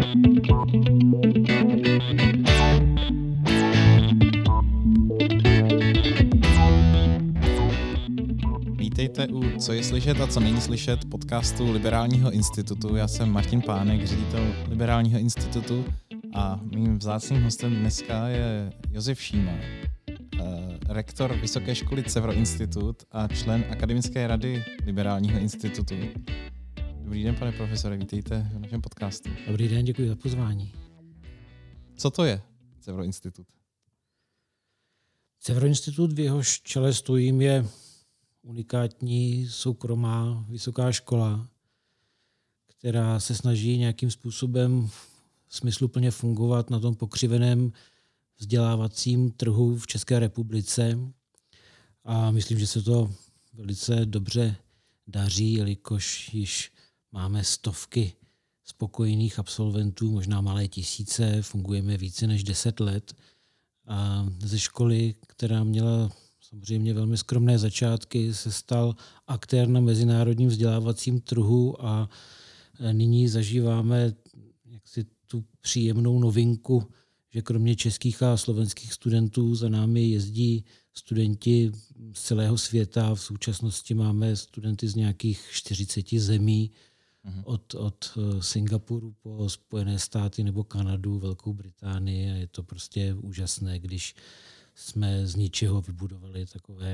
Vítejte u Co je slyšet a co není slyšet podcastu Liberálního institutu. Já jsem Martin Pánek, ředitel Liberálního institutu a mým vzácným hostem dneska je Josef Šíma, rektor Vysoké školy Cevro Institut a člen akademické rady Liberálního institutu. Dobrý den, pane profesore, vítejte v našem podcastu. Dobrý den, děkuji za pozvání. Co to je Cevro Institut? Cevro Institut, v jehož čele stojím, je unikátní soukromá vysoká škola, která se snaží nějakým způsobem smysluplně fungovat na tom pokřiveném vzdělávacím trhu v České republice. A myslím, že se to velice dobře daří, jelikož již máme stovky spokojených absolventů, možná malé tisíce, fungujeme více než 10 let. A ze školy, která měla samozřejmě velmi skromné začátky, se stal aktér na mezinárodním vzdělávacím trhu a nyní zažíváme jaksi tu příjemnou novinku, že kromě českých a slovenských studentů za námi jezdí studenti z celého světa. V současnosti máme studenty z nějakých 40 zemí, od Singapuru po Spojené státy nebo Kanadu, Velkou Británii. A je to prostě úžasné, když jsme z ničeho vybudovali takové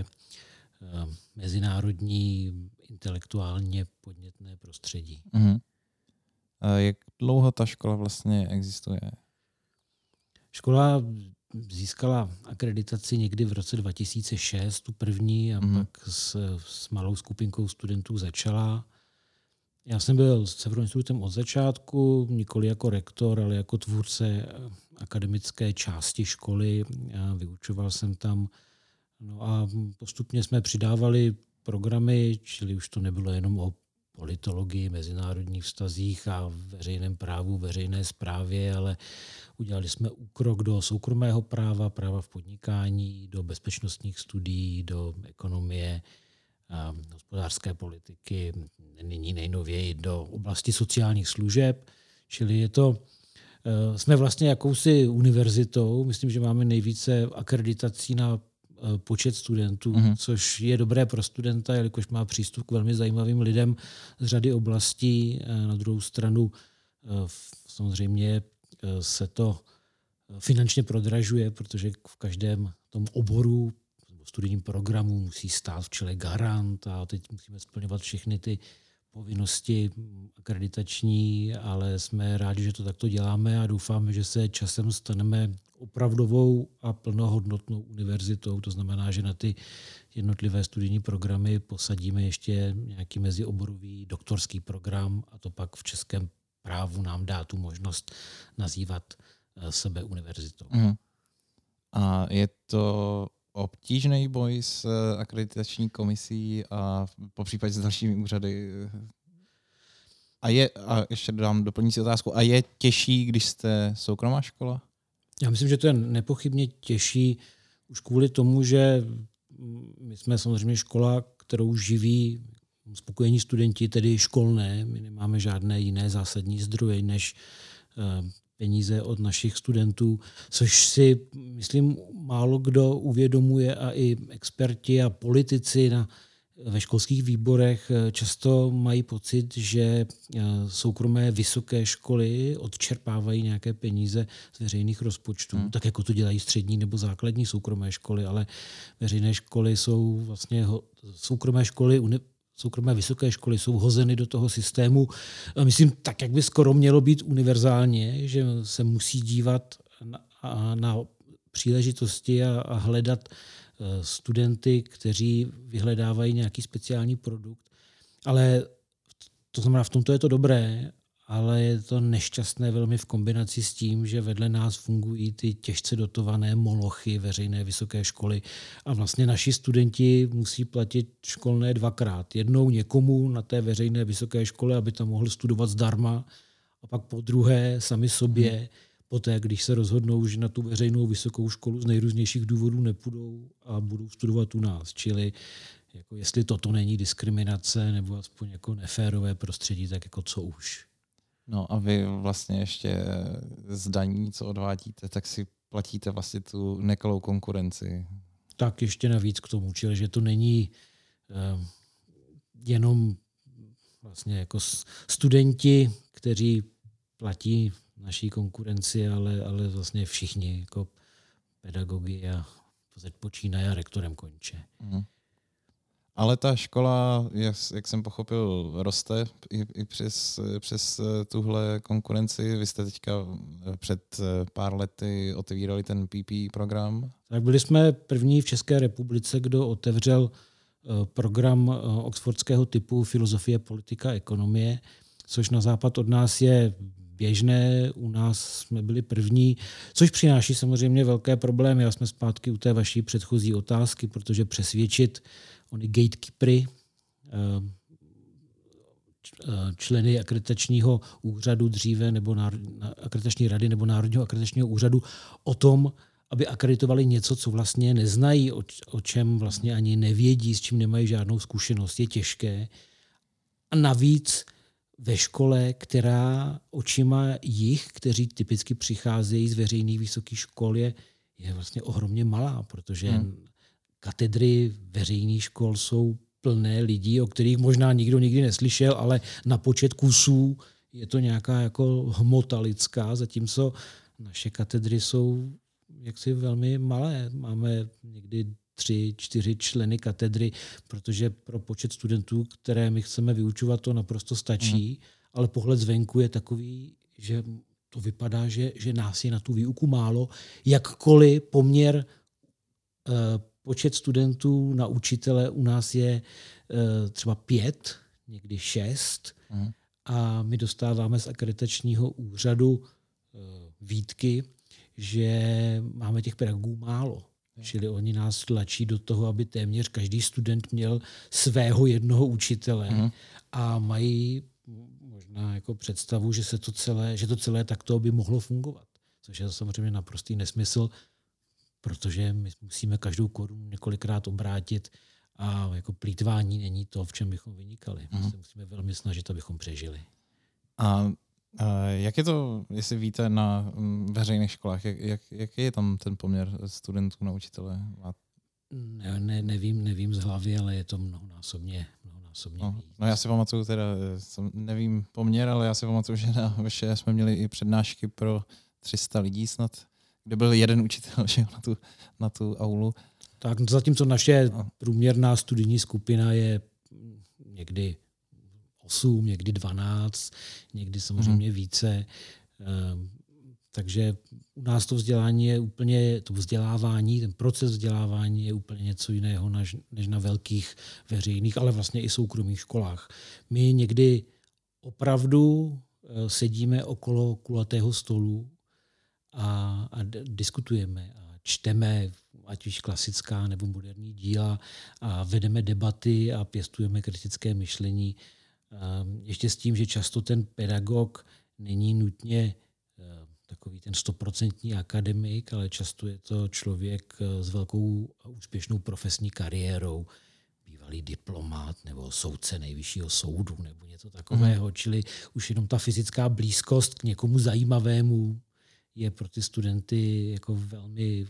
mezinárodní, intelektuálně podnětné prostředí. A jak dlouho ta škola vlastně existuje? Škola získala akreditaci někdy v roce 2006, tu první, a pak s malou skupinkou studentů začala. Já jsem byl s Cevro Institutem od začátku, nikoli jako rektor, ale jako tvůrce akademické části školy. Já vyučoval jsem tam. No a postupně jsme přidávali programy, čili už to nebylo jenom o politologii, mezinárodních vztazích a veřejném právu, veřejné správě, ale udělali jsme úkrok do soukromého práva, práva v podnikání, do bezpečnostních studií, do ekonomie, hospodářské politiky, nyní nejnověji do oblasti sociálních služeb, čili je to, jsme vlastně jakousi univerzitou, myslím, že máme nejvíce akreditací na počet studentů, což je dobré pro studenta, jelikož má přístup k velmi zajímavým lidem z řady oblastí. Na druhou stranu samozřejmě se to finančně prodražuje, protože v každém tom oboru studijním programu musí stát v čele garant a teď musíme splňovat všechny ty povinnosti akreditační, ale jsme rádi, že to takto děláme a doufáme, že se časem staneme opravdovou a plnohodnotnou univerzitou. To znamená, že na ty jednotlivé studijní programy posadíme ještě nějaký mezioborový doktorský program a to pak v českém právu nám dá tu možnost nazývat sebe univerzitou. A je to obtížný boj s akreditační komisí a popřípadě s dalšími úřady. A ještě dám doplňující otázku, a je těžší, když jste soukromá škola? Já myslím, že to je nepochybně těžší už kvůli tomu, že my jsme samozřejmě škola, kterou živí spokojení studenti, tedy školné. My nemáme žádné jiné zásadní zdroje než peníze od našich studentů, což si, myslím, málo kdo uvědomuje a i experti a politici ve školských výborech často mají pocit, že soukromé vysoké školy odčerpávají nějaké peníze z veřejných rozpočtů, tak jako to dělají střední nebo základní soukromé školy, ale veřejné školy jsou vlastně soukromé vysoké školy jsou hozeny do toho systému. Myslím, tak, jak by skoro mělo být univerzálně, že se musí dívat na příležitosti a hledat studenty, kteří vyhledávají nějaký speciální produkt. Ale to znamená, v tomto je to dobré, ale je to nešťastné velmi v kombinaci s tím, že vedle nás fungují ty těžce dotované molochy veřejné vysoké školy a vlastně naši studenti musí platit školné dvakrát. Jednou někomu na té veřejné vysoké škole, aby tam mohl studovat zdarma, a pak po druhé sami sobě, poté, když se rozhodnou, že na tu veřejnou vysokou školu z nejrůznějších důvodů nepůjdou a budou studovat u nás. Čili jako jestli toto není diskriminace nebo aspoň jako neférové prostředí, tak jako co už. No a vy vlastně ještě z daní, co odvádíte, tak si platíte vlastně tu nekalou konkurenci. Tak ještě navíc k tomu, čili že to není jenom vlastně jako studenti, kteří platí naší konkurenci, ale vlastně všichni, jako pedagogy a počínaje a rektorem konče. Ale ta škola, jak jsem pochopil, roste i přes tuhle konkurenci. Vy jste teďka před pár lety otevírali ten PP program. Tak byli jsme první v České republice, kdo otevřel program oxfordského typu filozofie, politika, ekonomie, což na západ od nás je běžné, u nás jsme byli první, což přináší samozřejmě velké problémy. Já jsme zpátky u té vaší předchozí otázky, protože přesvědčit ony gatekeepery, členy akreditačního úřadu dříve, nebo akreditační rady, nebo Národního akreditačního úřadu o tom, aby akreditovali něco, co vlastně neznají, o čem vlastně ani nevědí, s čím nemají žádnou zkušenost, je těžké. A navíc ve škole, která očima jich, kteří typicky přicházejí z veřejných vysokých škol, je vlastně ohromně malá, protože katedry veřejných škol jsou plné lidí, o kterých možná nikdo nikdy neslyšel, ale na počet kusů je to nějaká jako hmota lidská, zatímco naše katedry jsou jaksi velmi malé. Máme někdy 3-4 členy katedry, protože pro počet studentů, které my chceme vyučovat, to naprosto stačí, ale pohled zvenku je takový, že to vypadá, že nás je na tu výuku málo. Jakkoliv poměr počet studentů na učitele u nás je třeba 5, někdy 6 a my dostáváme z akreditačního úřadu výtky, že máme těch pedagogů málo. Čili oni nás tlačí do toho, aby téměř každý student měl svého jednoho učitele a mají možná jako představu, že to celé takto by mohlo fungovat. Což je samozřejmě naprostý nesmysl, protože my musíme každou korunu několikrát obrátit a jako plýtvání není to, v čem bychom vynikali. My se musíme velmi snažit, abychom přežili. A jak je to, jestli víte, na veřejných školách? Jaký je tam ten poměr studentů na učitele? Nevím z hlavy, ale je to mnohonásobně No já si pamatuju nevím poměr, ale já si pamatuju, že na VŠE jsme měli i přednášky pro 300 lidí snad, kde byl jeden učitel, že na tu aulu. Tak zatímco naše průměrná studijní skupina je někdy 8, někdy 12, někdy samozřejmě více. Takže u nás to vzdělání je úplně, ten proces vzdělávání je úplně něco jiného než na velkých veřejných, ale vlastně i soukromých školách. My někdy opravdu sedíme okolo kulatého stolu a diskutujeme a čteme, ať už klasická nebo moderní díla a vedeme debaty a pěstujeme kritické myšlení. Ještě s tím, že často ten pedagog není nutně takový ten 100% akademik, ale často je to člověk s velkou a úspěšnou profesní kariérou, bývalý diplomát nebo soudce nejvyššího soudu nebo něco takového. Čili už jenom ta fyzická blízkost k někomu zajímavému je pro ty studenty jako velmi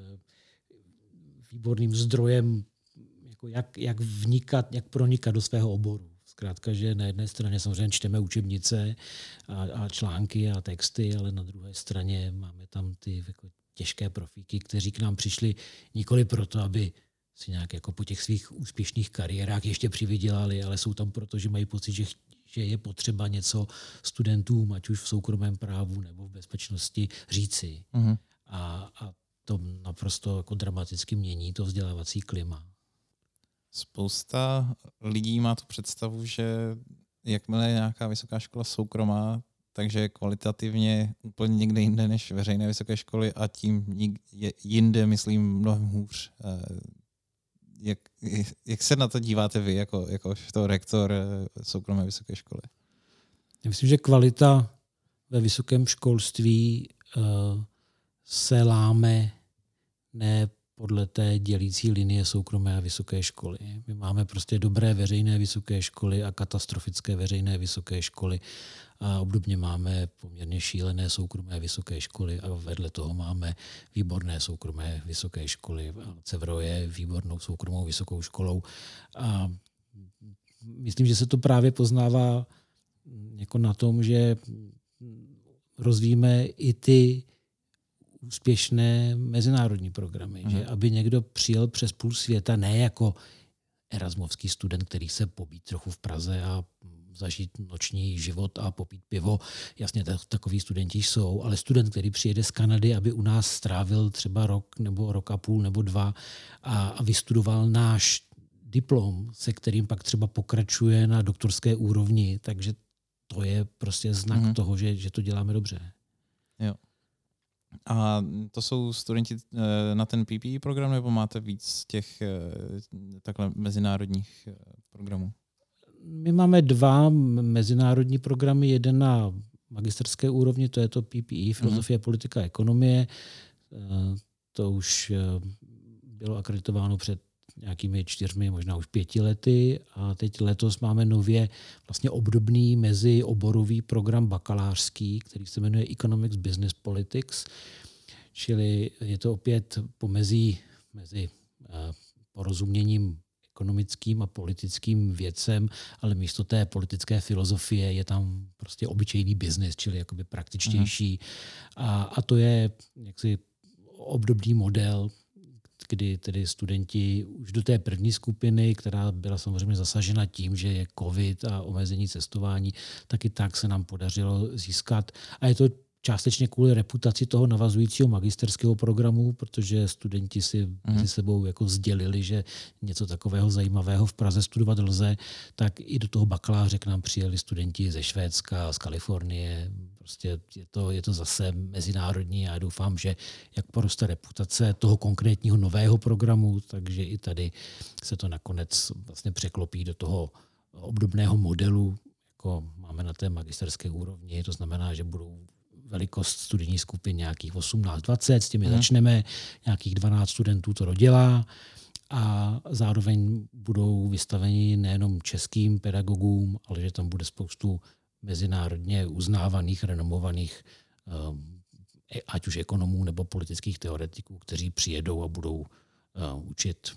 výborným zdrojem, jako jak pronikat do svého oboru. Zkrátka, že na jedné straně samozřejmě čteme učebnice a články a texty, ale na druhé straně máme tam ty jako těžké profíky, kteří k nám přišli nikoli proto, aby si nějak jako po těch svých úspěšných kariérách ještě přivydělali, ale jsou tam proto, že mají pocit, že je potřeba něco studentům, ať už v soukromém právu nebo v bezpečnosti, říci. A to naprosto jako dramaticky mění to vzdělávací klima. Spousta lidí má tu představu, že jakmile je nějaká vysoká škola soukromá, takže je kvalitativně úplně někde jinde než veřejné vysoké školy a tím jinde, myslím, mnohem hůř. Jak se na to díváte vy, jako to rektor soukromé vysoké školy? Já myslím, že kvalita ve vysokém školství se láme ne podle té dělící linie soukromé a vysoké školy. My máme prostě dobré veřejné vysoké školy a katastrofické veřejné vysoké školy a obdobně máme poměrně šílené soukromé vysoké školy a vedle toho máme výborné soukromé vysoké školy. Cevro je výbornou soukromou vysokou školou a myslím, že se to právě poznává jako na tom, že rozvíjíme i ty úspěšné mezinárodní programy. Že aby někdo přijel přes půl světa, ne jako erasmovský student, který se pobít trochu v Praze a zažít noční život a popít pivo. Jasně, takový studenti jsou, ale student, který přijede z Kanady, aby u nás strávil třeba rok nebo rok a půl nebo dva a vystudoval náš diplom, se kterým pak třeba pokračuje na doktorské úrovni, takže to je prostě znak toho, že to děláme dobře. Jo. A to jsou studenti na ten PPE program, nebo máte víc těch takhle mezinárodních programů? My máme 2 mezinárodní programy, jeden na magisterské úrovni, to je to PPE, filozofie, politika, ekonomie. To už bylo akreditováno před nějakými 4, možná už 5 lety a teď letos máme nově vlastně obdobný mezioborový program bakalářský, který se jmenuje Economics Business Politics, čili je to opět pomezí mezi porozuměním ekonomickým a politickým věcem, ale místo té politické filozofie je tam prostě obyčejný biznis, čili jakoby praktičtější. A to je jaksi obdobný model, kdy tedy studenti už do té první skupiny, která byla samozřejmě zasažena tím, že je covid a omezení cestování, taky tak se nám podařilo získat. A je to částečně kvůli reputaci toho navazujícího magisterského programu, protože studenti si mezi sebou jako sdělili, že něco takového zajímavého v Praze studovat lze, tak i do toho bakaláře k nám přijeli studenti ze Švédska, z Kalifornie. Prostě je to zase mezinárodní a já doufám, že jak poroste reputace toho konkrétního nového programu, takže i tady se to nakonec vlastně překlopí do toho obdobného modelu, jako máme na té magisterské úrovni. To znamená, že budou velikost studijní skupin nějakých 18-20, s těmi začneme, nějakých 12 studentů to dodělá a zároveň budou vystaveni nejenom českým pedagogům, ale že tam bude spoustu mezinárodně uznávaných, renomovaných ať už ekonomů nebo politických teoretiků, kteří přijedou a budou učit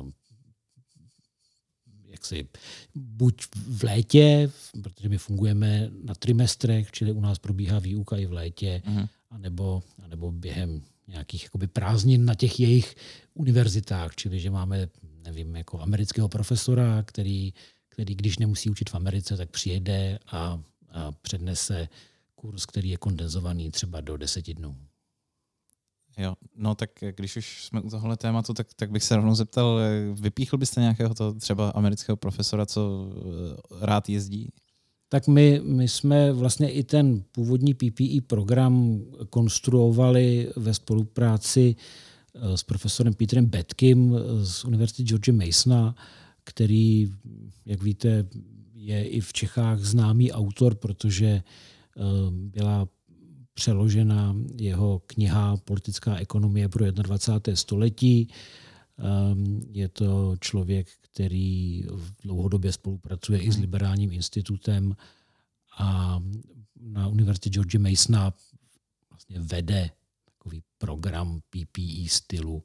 jaksi buď v létě, protože my fungujeme na trimestrech, čili u nás probíhá výuka i v létě, anebo během nějakých jakoby prázdnin na těch jejich univerzitách, čili že máme, nevím, jako amerického profesora, který když nemusí učit v Americe, tak přijede a přednese kurz, který je kondenzovaný třeba do 10 dnů. Jo, no tak když už jsme u tohohle tématu, tak bych se rovnou zeptal, vypíchl byste nějakého toho třeba amerického profesora, co rád jezdí? Tak my jsme vlastně i ten původní PPE program konstruovali ve spolupráci s profesorem Peterem Betkim z Univerzity George Masona, který, jak víte, je i v Čechách známý autor, protože byla přeložena jeho kniha Politická ekonomie pro 21. století. Je to člověk, který dlouhodobě spolupracuje i s Liberálním institutem a na Univerzitě George Masona vlastně vede takový program PPE stylu.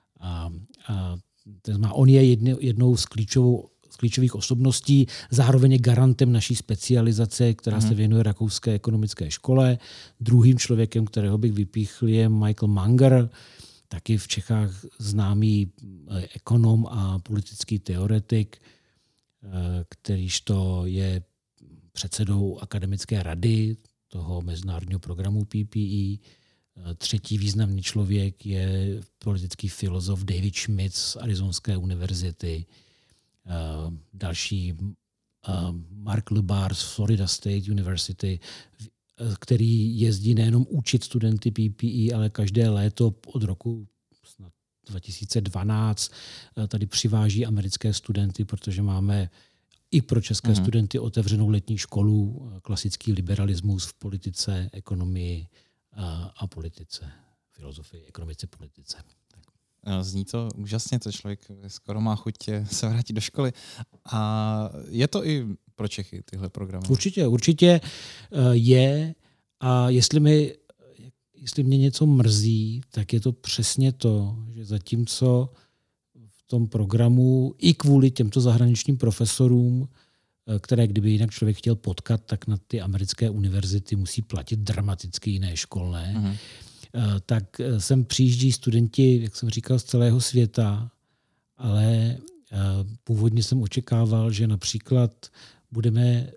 On je jednou z klíčových osobností, zároveň je garantem naší specializace, která se věnuje rakouské ekonomické škole. Druhým člověkem, kterého bych vypíchl, je Michael Munger, taky v Čechách známý ekonom a politický teoretik, kterýž to je předsedou akademické rady toho mezinárodního programu PPE. Třetí významný člověk je politický filozof David Schmidt z Arizonské univerzity. Další Mark Lubar z Florida State University, který jezdí nejenom učit studenty PPE, ale každé léto od roku 2012 tady přiváží americké studenty, protože máme i pro české studenty otevřenou letní školu, klasický liberalismus v politice, ekonomii a politice, filozofii, ekonomice, politice. Zní to úžasně, to člověk skoro má chuť se vrátit do školy. A je to i pro Čechy tyhle programy? Určitě je. A jestli mě něco mrzí, tak je to přesně to, že zatímco v tom programu i kvůli těmto zahraničním profesorům, které kdyby jinak člověk chtěl potkat, tak na ty americké univerzity musí platit dramaticky jiné školné, tak sem přijíždí studenti, jak jsem říkal, z celého světa, ale původně jsem očekával, že například budeme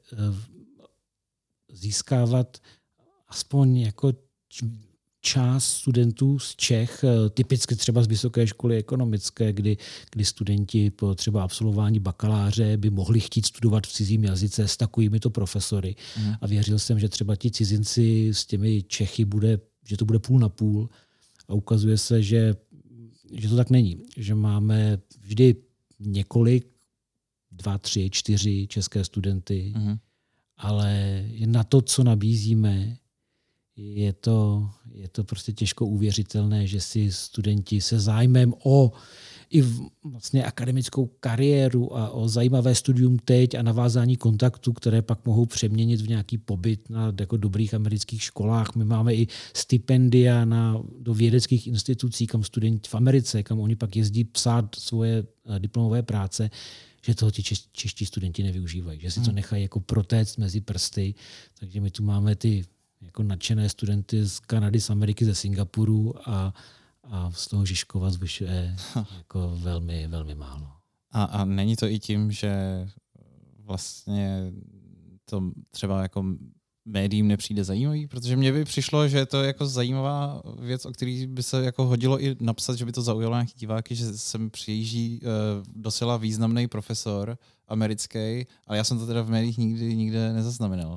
získávat aspoň jako část studentů z Čech, typicky třeba z Vysoké školy ekonomické, kdy studenti po třeba absolvování bakaláře by mohli chtít studovat v cizím jazyce s takovými to profesory. A věřil jsem, že třeba ti cizinci s těmi Čechy že to bude půl na půl. A ukazuje se, že to tak není. Že máme vždy několik, 2, 3, 4 české studenty, ale na to, co nabízíme, je to prostě těžko uvěřitelné, že si studenti se zájmem o i vlastně akademickou kariéru a o zajímavé studium teď a navázání kontaktů, které pak mohou přeměnit v nějaký pobyt na jako dobrých amerických školách. My máme i stipendia do vědeckých institucí, kam studenti v Americe, kam oni pak jezdí psát svoje diplomové práce, že toho ti čeští studenti nevyužívají, že si to nechají jako protéct mezi prsty. Takže my tu máme ty jako nadšené studenty z Kanady, z Ameriky, ze Singapuru a z toho Žižkova zvyšuje jako velmi, velmi málo. A není to i tím, že vlastně to třeba jako médiím nepřijde zajímavý? Protože mně by přišlo, že to je jako zajímavá věc, o který by se jako hodilo i napsat, že by to zaujalo nějaký diváky, že sem přijíždí docela významný profesor americký, ale já jsem to teda v médiích nikde nezaznamenal.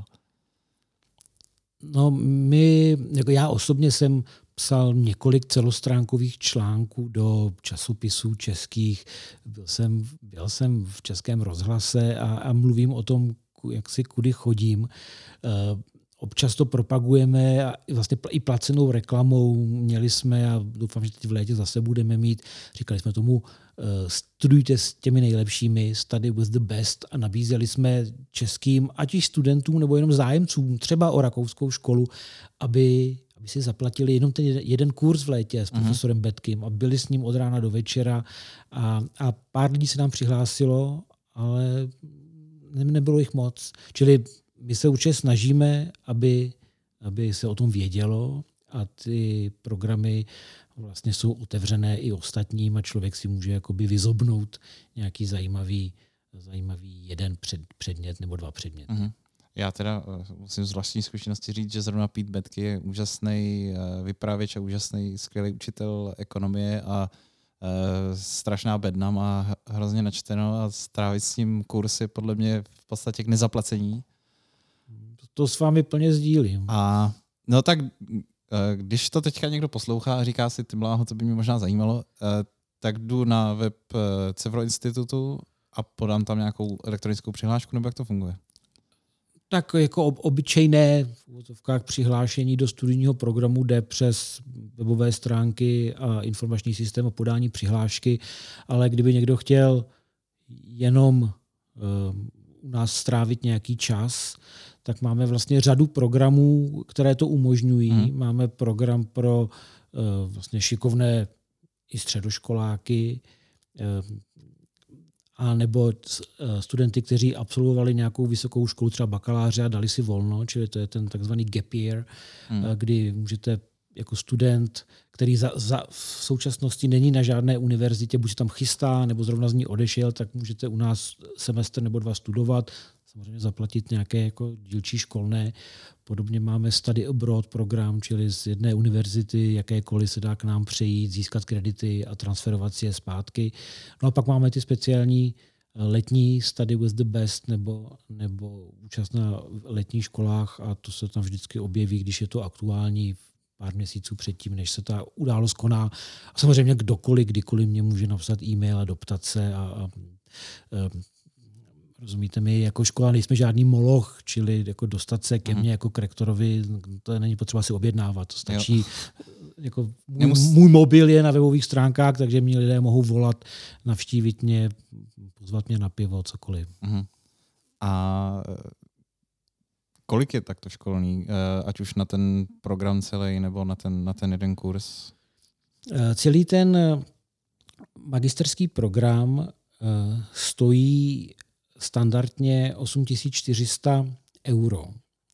No jako já osobně jsem psal několik celostránkových článků do časopisů českých. Byl jsem v Českém rozhlase a mluvím o tom, jak si kudy chodím. Občas to propagujeme a vlastně i placenou reklamou měli jsme a doufám, že teď v létě zase budeme mít. Říkali jsme tomu, studujte s těmi nejlepšími, study with the best a nabízeli jsme českým, ať již studentům nebo jenom zájemcům, třeba o rakouskou školu, aby si zaplatili jenom ten jeden kurz v létě s profesorem Bedkym a byli s ním od rána do večera a pár lidí se nám přihlásilo, ale nebylo jich moc. Čili my se určitě snažíme, aby se o tom vědělo a ty programy vlastně jsou otevřené i ostatním a člověk si může jakoby vyzobnout nějaký zajímavý jeden předmět nebo 2 předměty. Já teda musím z vlastní zkušenosti říct, že zrovna Pete Bedke je úžasný vypravěč a úžasný, skvělý učitel ekonomie a strašná bedna, má hrozně načteno a strávit s ním kursy podle mě v podstatě k nezaplacení. To s vámi plně sdílím. A no tak, když to teďka někdo poslouchá a říká si, ty bláho, to by mě možná zajímalo, tak jdu na web Cevro institutu a podám tam nějakou elektronickou přihlášku, nebo jak to funguje? Tak jako obyčejné v úvodovkách přihlášení do studijního programu jde přes webové stránky a informační systém a podání přihlášky, ale kdyby někdo chtěl jenom u nás strávit nějaký čas, tak máme vlastně řadu programů, které to umožňují. Máme program pro vlastně šikovné i středoškoláky, a nebo studenty, kteří absolvovali nějakou vysokou školu, třeba bakaláře a dali si volno, čili to je ten takzvaný gap year, kdy můžete jako student, který v současnosti není na žádné univerzitě, buď se tam chystá, nebo zrovna z ní odešel, tak můžete u nás semestr nebo 2 studovat, samozřejmě zaplatit nějaké jako dílčí školné. Podobně máme study abroad program, čili z jedné univerzity jakékoliv se dá k nám přejít, získat kredity a transferovat si je zpátky. No a pak máme ty speciální letní study with the best nebo účast na letních školách a to se tam vždycky objeví, když je to aktuální pár měsíců předtím, než se ta událost koná. A samozřejmě kdokoliv, kdykoliv mě může napsat e-mail a doptat se a rozumíte mi, jako škola nejsme žádný moloch, čili jako dostat se ke mně jako k rektorovi, to není potřeba si objednávat. To stačí jako můj mobil je na webových stránkách, takže mě lidé mohou volat, navštívit mě, pozvat mě na pivo, cokoliv. A kolik je takto školní, ať už na ten program celý nebo na ten jeden kurz? Celý ten magisterský program stojí standardně 8400 €.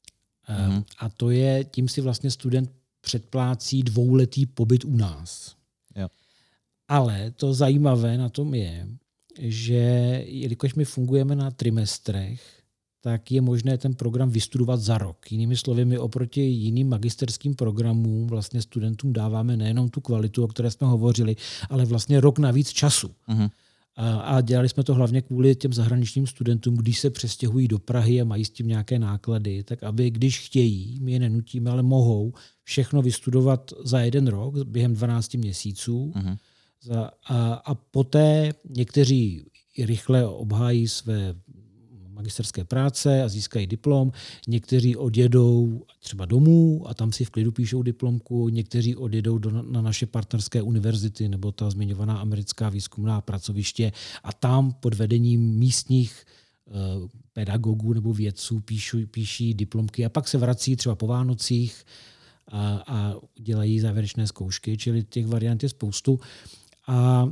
A to je, tím si vlastně student předplácí 2letý pobyt u nás. Jo. Ale to zajímavé na tom je, že jelikož my fungujeme na trimestrech, tak je možné ten program vystudovat za rok. Jinými slovy, my oproti jiným magisterským programům vlastně studentům dáváme nejenom tu kvalitu, o které jsme hovořili, ale vlastně rok navíc času. A dělali jsme to hlavně kvůli těm zahraničním studentům, když se přestěhují do Prahy a mají s tím nějaké náklady, tak aby když chtějí, my je nenutíme, ale mohou všechno vystudovat za 1 rok během 12 měsíců. A poté někteří rychle obhájí své magisterské práce a získají diplom, někteří odjedou třeba domů a tam si v klidu píšou diplomku, někteří odjedou na naše partnerské univerzity nebo ta zmiňovaná americká výzkumná pracoviště a tam pod vedením místních pedagogů nebo vědců píší diplomky a pak se vrací třeba po Vánocích a dělají závěrečné zkoušky, čili těch variant je spoustu. A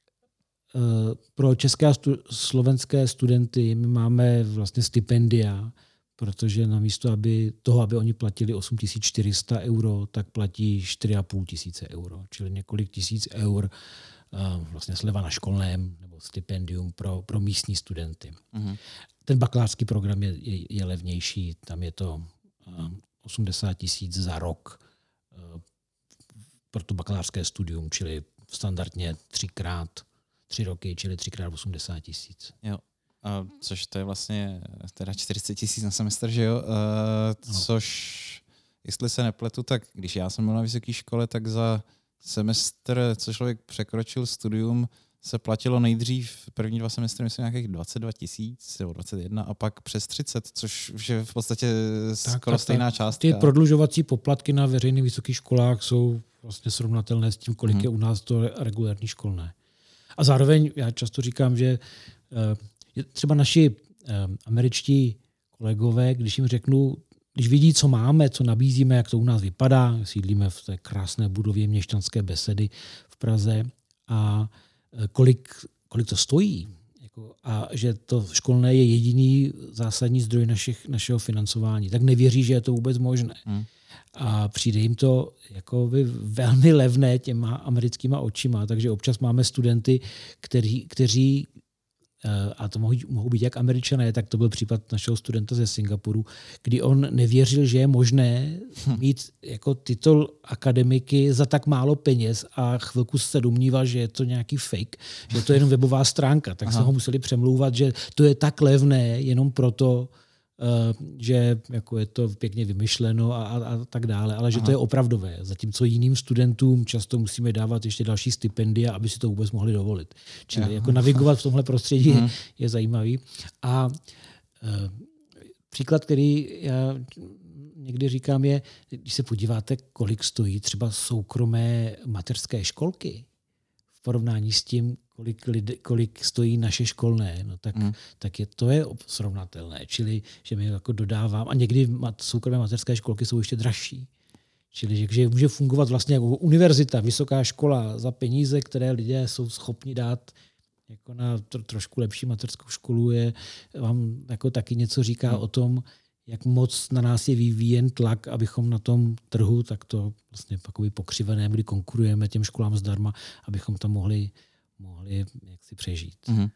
pro české a slovenské studenty my máme vlastně stipendia, protože namísto aby oni platili 8400 €, tak platí 4500 €, čili několik tisíc eur vlastně sleva na školném nebo stipendium pro místní studenty. Ten bakalářský program je levnější, tam je to 80 000 za rok pro to bakalářské studium, čili standardně 3 roky, čili 3x 80 000. Jo. Což to je vlastně teda 40 000 na semestr, že jo? Což, jestli se nepletu, tak když já jsem byl na vysoké škole, tak za semestr, co člověk překročil studium, se platilo nejdřív první 2 semestry, myslím, nějakých 22 000 nebo 21 a pak přes 30, což je v podstatě skoro stejná částka. Ty prodlužovací poplatky na veřejných vysokých školách jsou vlastně srovnatelné s tím, kolik je u nás to regulární školné. A zároveň já často říkám, že třeba naši američtí kolegové, když jim řeknu, když vidí, co máme, co nabízíme, jak to u nás vypadá, sídlíme v té krásné budově Měšťanské besedy v Praze a kolik to stojí, a že to školné je jediný zásadní zdroj našeho financování, tak nevěří, že je to vůbec možné. A přijde jim to jako velmi levné těma americkýma očima, takže občas máme studenty, kteří a to mohou být jak Američané, tak to byl případ našeho studenta ze Singapuru, kdy on nevěřil, že je možné mít jako titul akademiky za tak málo peněz a chvilku se domníval, že je to nějaký fake, že to je jenom webová stránka, tak se ho museli přemlouvat, že to je tak levné jenom proto, že jako je to pěkně vymyšleno a tak dále, ale že to je opravdové. Zatímco jiným studentům často musíme dávat ještě další stipendia, aby si to vůbec mohli dovolit. Čili jako navigovat v tomhle prostředí je zajímavý. A příklad, který já někdy říkám, je, když se podíváte, kolik stojí třeba soukromé mateřské školky v porovnání s tím, kolik stojí naše školné, no tak to je srovnatelné. Čili, že my jako dodávám, a někdy soukromé mateřské školky jsou ještě dražší. Čili, že může fungovat vlastně jako univerzita, vysoká škola za peníze, které lidé jsou schopni dát jako na trošku lepší mateřskou školu, vám jako taky něco říká o tom, jak moc na nás je vyvíjen tlak, abychom na tom trhu takto vlastně takový pokřiveném, kdy konkurujeme těm školám zdarma, abychom tam mohli jaksi přežít.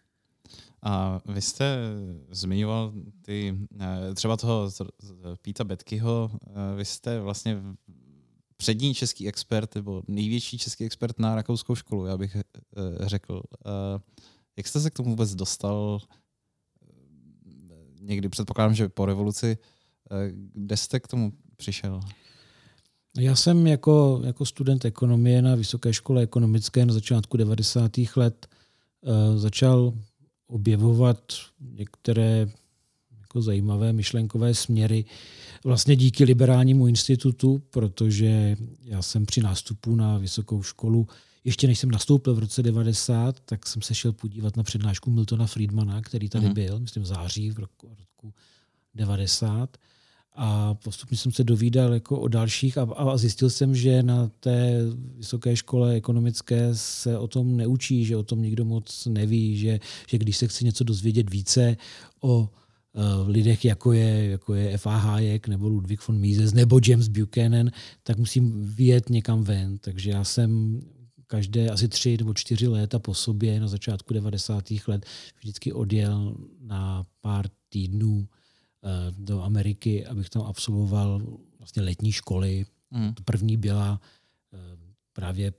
A vy jste zmiňoval třeba toho Píta Betkeho, vy jste vlastně přední český expert nebo největší český expert na rakouskou školu, já bych řekl. Jak jste se k tomu vůbec dostal? Někdy předpokládám, že po revoluci. Kde jste k tomu přišel? Já jsem jako student ekonomie na Vysoké škole ekonomické na začátku 90. let začal objevovat některé jako zajímavé myšlenkové směry. Vlastně díky Liberálnímu institutu, protože já jsem při nástupu na vysokou školu, ještě než jsem nastoupil v roce 90, tak jsem se šel podívat na přednášku Miltona Friedmana, který tady byl, myslím v září v roku 90. A postupně jsem se dovídal jako o dalších a zjistil jsem, že na té vysoké škole ekonomické se o tom neučí, že o tom nikdo moc neví, že když se chci něco dozvědět více o lidech, jako je F.A. Hayek nebo Ludwig von Mises nebo James Buchanan, tak musím vyjet někam ven. Takže já jsem každé asi 3 nebo 4 léta po sobě na začátku 90. let vždycky odjel na pár týdnů do Ameriky, abych tam absolvoval vlastně letní školy. První byla právě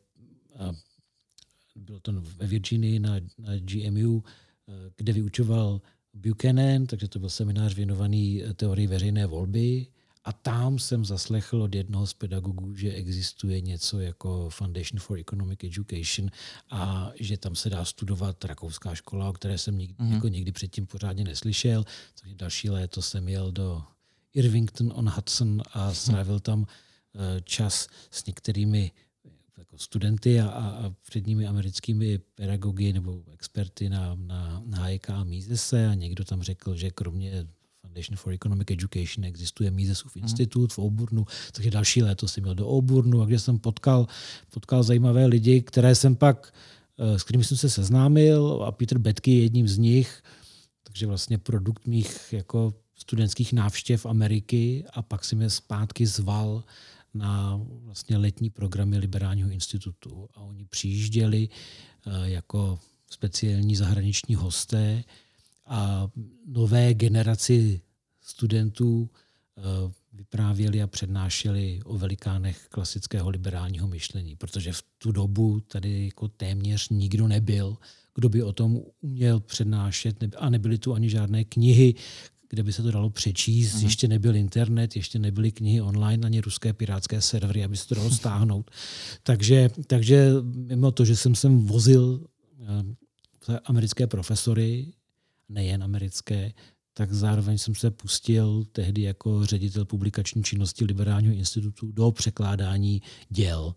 bylo to ve Virginii na GMU, kde vyučoval Buchanan, takže to byl seminář věnovaný teorii veřejné volby. A tam jsem zaslechl od jednoho z pedagogů, že existuje něco jako Foundation for Economic Education a že tam se dá studovat rakouská škola, o které jsem nikdy předtím pořádně neslyšel. Takže další léto jsem jel do Irvington on Hudson a strávil tam čas s některými jako studenty a předními americkými pedagogy nebo experty na Hayeka a Misese a někdo tam řekl, že kromě Foundation for Economic Education existuje Misesův institut v Auburnu, takže další léto jsem měl do Auburnu, a kde jsem potkal zajímavé lidi, s kterými jsem se seznámil, a Peter Boettke je jedním z nich, takže vlastně produkt mých jako studentských návštěv Ameriky, a pak si mě zpátky zval na vlastně letní programy Liberálního institutu a oni přijížděli jako speciální zahraniční hosté a nové generaci studentů vyprávěli a přednášeli o velikánech klasického liberálního myšlení, protože v tu dobu tady jako téměř nikdo nebyl, kdo by o tom uměl přednášet, a nebyly tu ani žádné knihy, kde by se to dalo přečíst, ještě nebyl internet, ještě nebyly knihy online, ani ruské pirátské servery, aby se to dalo stáhnout. Takže mimo to, že jsem sem vozil americké profesory, nejen americké, tak zároveň jsem se pustil tehdy jako ředitel publikační činnosti Liberálního institutu do překládání děl.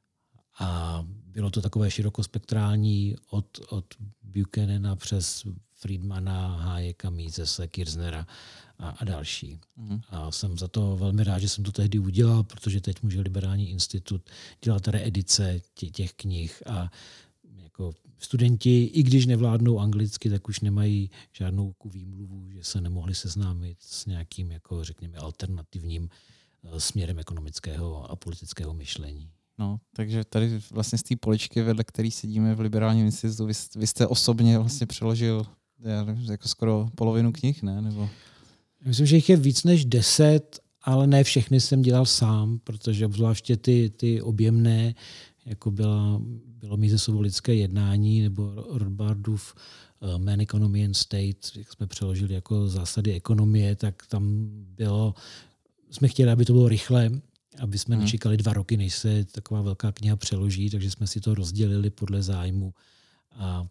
A bylo to takové širokospektrální od Buchanana přes Friedmana, Hayeka, Misese, Kirchnera a další. A jsem za to velmi rád, že jsem to tehdy udělal, protože teď může Liberální institut dělat reedice těch knih a jako studenti, i když nevládnou anglicky, tak už nemají žádnou výmluvu, že se nemohli seznámit s nějakým, jako řekněme, alternativním směrem ekonomického a politického myšlení. No, takže tady vlastně z té poličky, vedle který sedíme v Liberálním institutu, vy jste osobně vlastně přeložil jako skoro polovinu knih, ne? Nebo... Myslím, že jich je víc než 10, ale ne všechny jsem dělal sám, protože obzvláště ty objemné, jako bylo Misesovo lidské jednání nebo Rothbardův Man, Economy and State, jak jsme přeložili jako zásady ekonomie, tak tam jsme chtěli, aby to bylo rychle, aby jsme nečekali 2 roky, než se taková velká kniha přeloží, takže jsme si to rozdělili podle zájmu a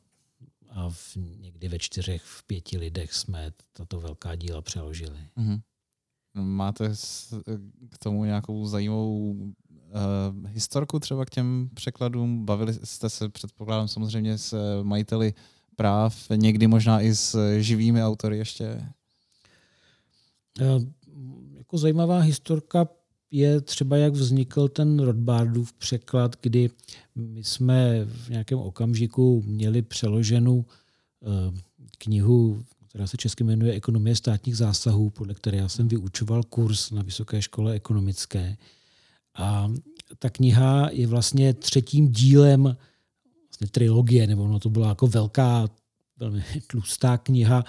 někdy ve 4, 5 lidech jsme tato velká díla přeložili. Máte k tomu nějakou zajímavou historku třeba k těm překladům? Bavili jste se, předpokládám, samozřejmě s majiteli práv, někdy možná i s živými autory ještě? Jako zajímavá historka je třeba, jak vznikl ten Rothbardův překlad, kdy my jsme v nějakém okamžiku měli přeloženou knihu, která se česky jmenuje Ekonomie státních zásahů, podle které já jsem vyučoval kurz na Vysoké škole ekonomické. A ta kniha je vlastně 3. dílem vlastně trilogie, nebo ono to byla jako velká, velmi tlustá kniha,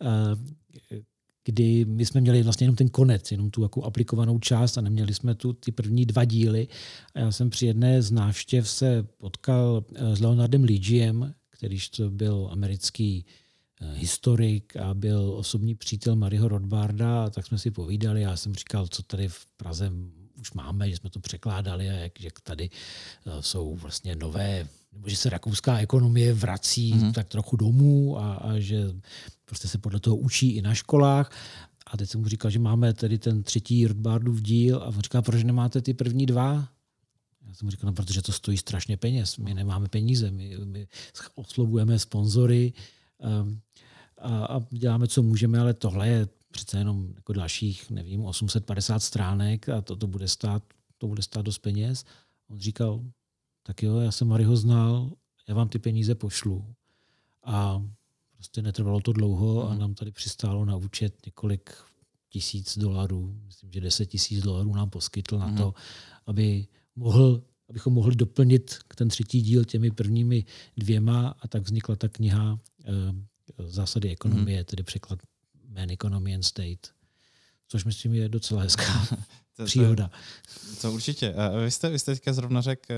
kdy my jsme měli vlastně jenom ten konec, jenom tu jako aplikovanou část a neměli jsme tu ty první 2 díly. A já jsem při jedné z návštěv se potkal s Leonardem Liggiem, kterýž to byl americký historik a byl osobní přítel Murrayho Rothbarda, tak jsme si povídali. Já jsem říkal, co tady v Praze už máme, že jsme to překládali a jak tady jsou vlastně nové, nebo že se rakouská ekonomie vrací tak trochu domů a že prostě se podle toho učí i na školách. A teď jsem mu říkal, že máme tady ten 3. Rothbardův díl a on říká, proč nemáte ty první 2? Já jsem mu říkal, no, protože to stojí strašně peněz. My nemáme peníze, my oslovujeme sponzory a děláme, co můžeme, ale tohle je přece jenom jako dalších, nevím, 850 stránek a to bude stát dost peněz. On říkal, tak jo, já jsem Mariho znal, já vám ty peníze pošlu. A prostě netrvalo to dlouho a nám tady přistálo na účet několik $1000. Myslím, že $10,000 nám poskytl na to, abychom mohli doplnit ten 3. díl těmi prvními 2 a tak vznikla ta kniha Zásady ekonomie, tedy překlad Man, Economy and State, což myslím je docela hezká příhoda. To určitě. Vy jste teďka zrovna řekl,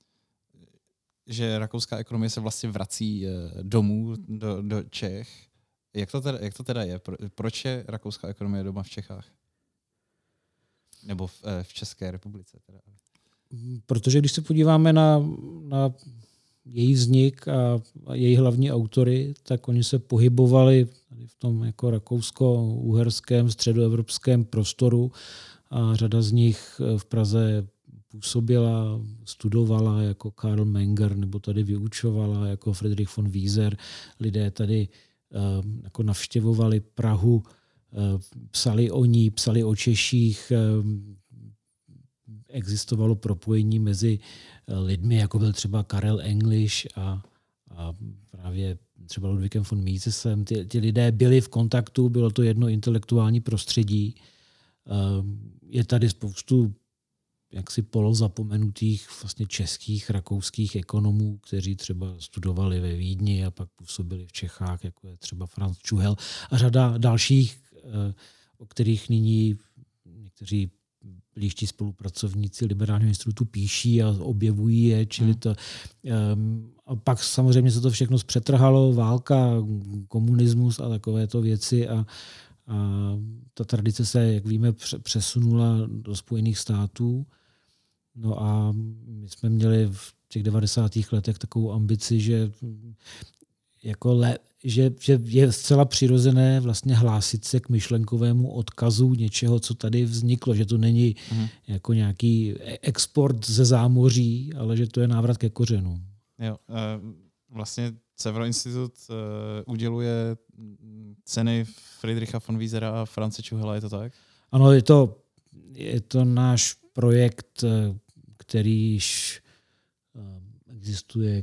že rakouská ekonomie se vlastně vrací domů do Čech. Jak to teda je? Proč je rakouská ekonomie doma v Čechách? Nebo v České republice? Teda? Protože když se podíváme na její vznik a její hlavní autory, tak oni se pohybovali v tom jako rakousko-uherském středoevropském prostoru a řada z nich v Praze působila, studovala jako Karl Menger nebo tady vyučovala jako Friedrich von Wieser. Lidé tady jako navštěvovali Prahu, psali o ní, psali o Češích, existovalo propojení mezi lidmi, jako byl třeba Karel English a právě třeba Ludwigem von Misesem. Ti lidé byli v kontaktu, bylo to jedno intelektuální prostředí. Je tady spoustu jaksi polozapomenutých vlastně českých, rakouských ekonomů, kteří třeba studovali ve Vídni a pak působili v Čechách, jako je třeba Franz Čuhel a řada dalších, o kterých nyní někteří blížší spolupracovníci Liberálního institutu píší a objevují je, čili to. A pak samozřejmě se to všechno zpřetrhalo, válka, komunismus a takovéto věci a ta tradice se, jak víme, přesunula do Spojených států. No a my jsme měli v těch 90. letech takovou ambici, že je zcela přirozené vlastně hlásit se k myšlenkovému odkazu něčeho, co tady vzniklo, že to není jako nějaký export ze zámoří, ale že to je návrat ke kořenům. Jo, vlastně Severo Institut uděluje ceny Friedricha von Wiesera a France Čuhela, je to tak? Ano, je to náš projekt, který již existuje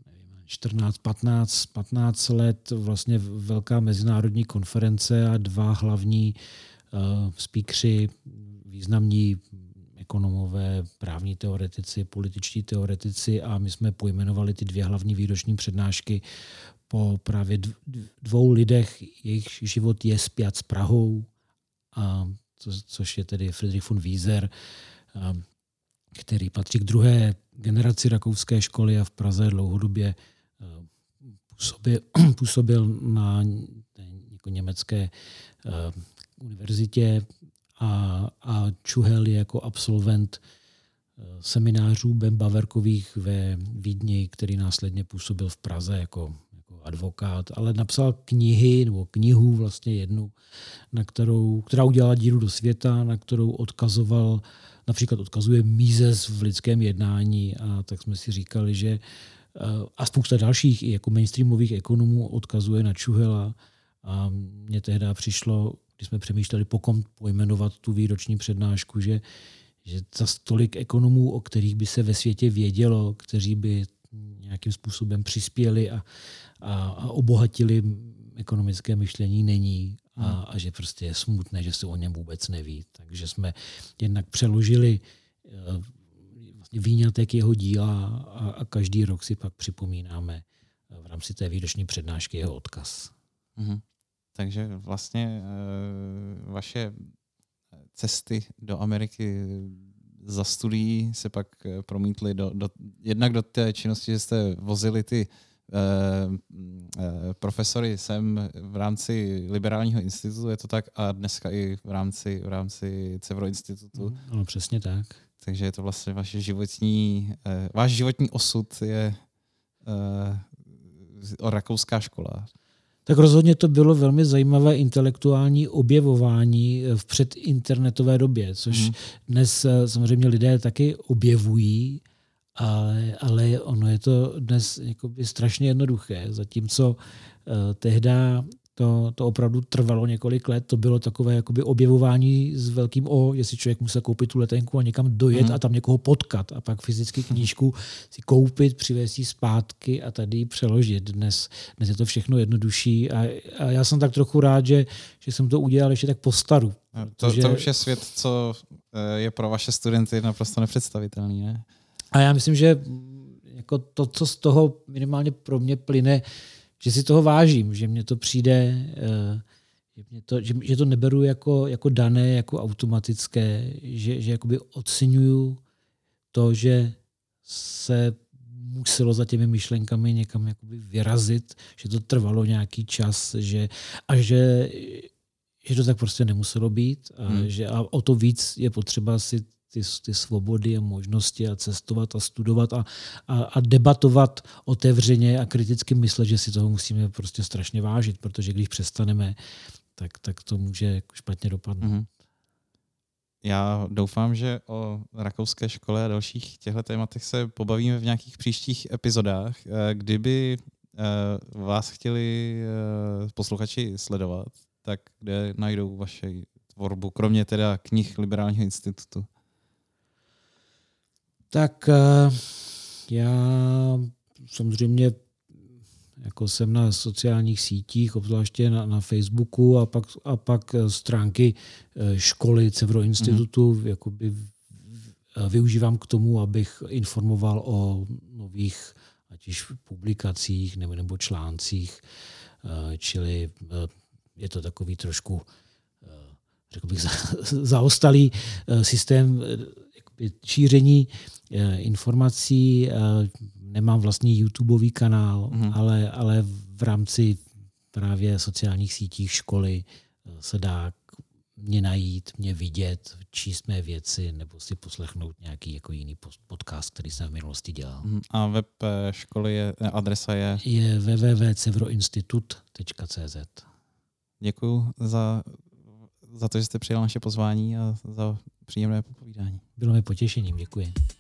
15 let, vlastně velká mezinárodní konference a 2 hlavní speakeři, významní ekonomové, právní teoretici, političtí teoretici a my jsme pojmenovali ty 2 hlavní výroční přednášky po právě 2 lidech, jejich život je spjat s Prahou, což je tedy Friedrich von Wieser, který patří k 2. generaci rakouské školy a v Praze dlouhodobě působil na jako německé univerzitě a Čuhel je jako absolvent seminářů Bembaverkových ve Vídni, který následně působil v Praze jako advokát, ale napsal knihu vlastně jednu, která udělala díru do světa, na kterou odkazuje Mises v lidském jednání a tak jsme si říkali, že a spousta dalších i jako mainstreamových ekonomů odkazuje na Čuhela a mně tehdy přišlo, když jsme přemýšleli, po kom pojmenovat tu výroční přednášku, že za tolik ekonomů, o kterých by se ve světě vědělo, kteří by nějakým způsobem přispěli a obohatili ekonomické myšlení není a že prostě je smutné, že se o něm vůbec neví. Takže jsme jednak přeložili vlastně výňatek jeho díla a každý rok si pak připomínáme v rámci té výroční přednášky jeho odkaz. Takže vlastně vaše cesty do Ameriky za studií se pak promítly jednak do té činnosti, že jste vozili ty profesory sem v rámci Liberálního institutu, je to tak, a dneska i v rámci Cevro institutu. Ano, přesně tak. Takže je to vlastně váš životní osud je rakouská škola. Tak rozhodně to bylo velmi zajímavé intelektuální objevování v předinternetové době, což dnes samozřejmě lidé taky objevují, ale ono je to dnes jakoby strašně jednoduché. Zatímco tehda to opravdu trvalo několik let, to bylo takové jakoby objevování s velkým O, jestli člověk musel koupit tu letenku a někam dojet a tam někoho potkat a pak fyzicky knížku si koupit, přivést ji zpátky a tady ji přeložit. Dnes je to všechno jednodušší a já jsem tak trochu rád, že jsem to udělal ještě tak postaru. To už je svět, co je pro vaše studenty naprosto nepředstavitelný, ne? A já myslím, že jako to, co z toho minimálně pro mě plyne, že si toho vážím, že mně to přijde, že to neberu jako dané, jako automatické, že jakoby oceňuju to, že se muselo za těmi myšlenkami někam jakoby vyrazit, že to trvalo nějaký čas, že to tak prostě nemuselo být a o to víc je potřeba si ty svobody a možnosti a cestovat a studovat a debatovat otevřeně a kriticky myslet, že si toho musíme prostě strašně vážit, protože když přestaneme, tak to může špatně dopadnout. Já doufám, že o rakouské škole a dalších těchto tématech se pobavíme v nějakých příštích epizodách. Kdyby vás chtěli posluchači sledovat, tak kde najdou vaši tvorbu, kromě teda knih Liberálního institutu? Tak já samozřejmě jako jsem na sociálních sítích, obzvláště na Facebooku a pak stránky školy Cevro institutu jakoby využívám k tomu, abych informoval o nových ať již publikacích nebo článcích, čili je to takový trošku, řekl bych, zaostalý systém šíření informací. Nemám vlastní YouTubeový kanál, ale v rámci právě sociálních sítích školy se dá mě najít, mě vidět, číst mé věci nebo si poslechnout nějaký jako jiný podcast, který jsem v minulosti dělal. A web školy adresa je? Je www.cevroinstitut.cz. Děkuju za to, že jste přijal naše pozvání a za příjemné popovídání. Bylo mi potěšením, děkuji.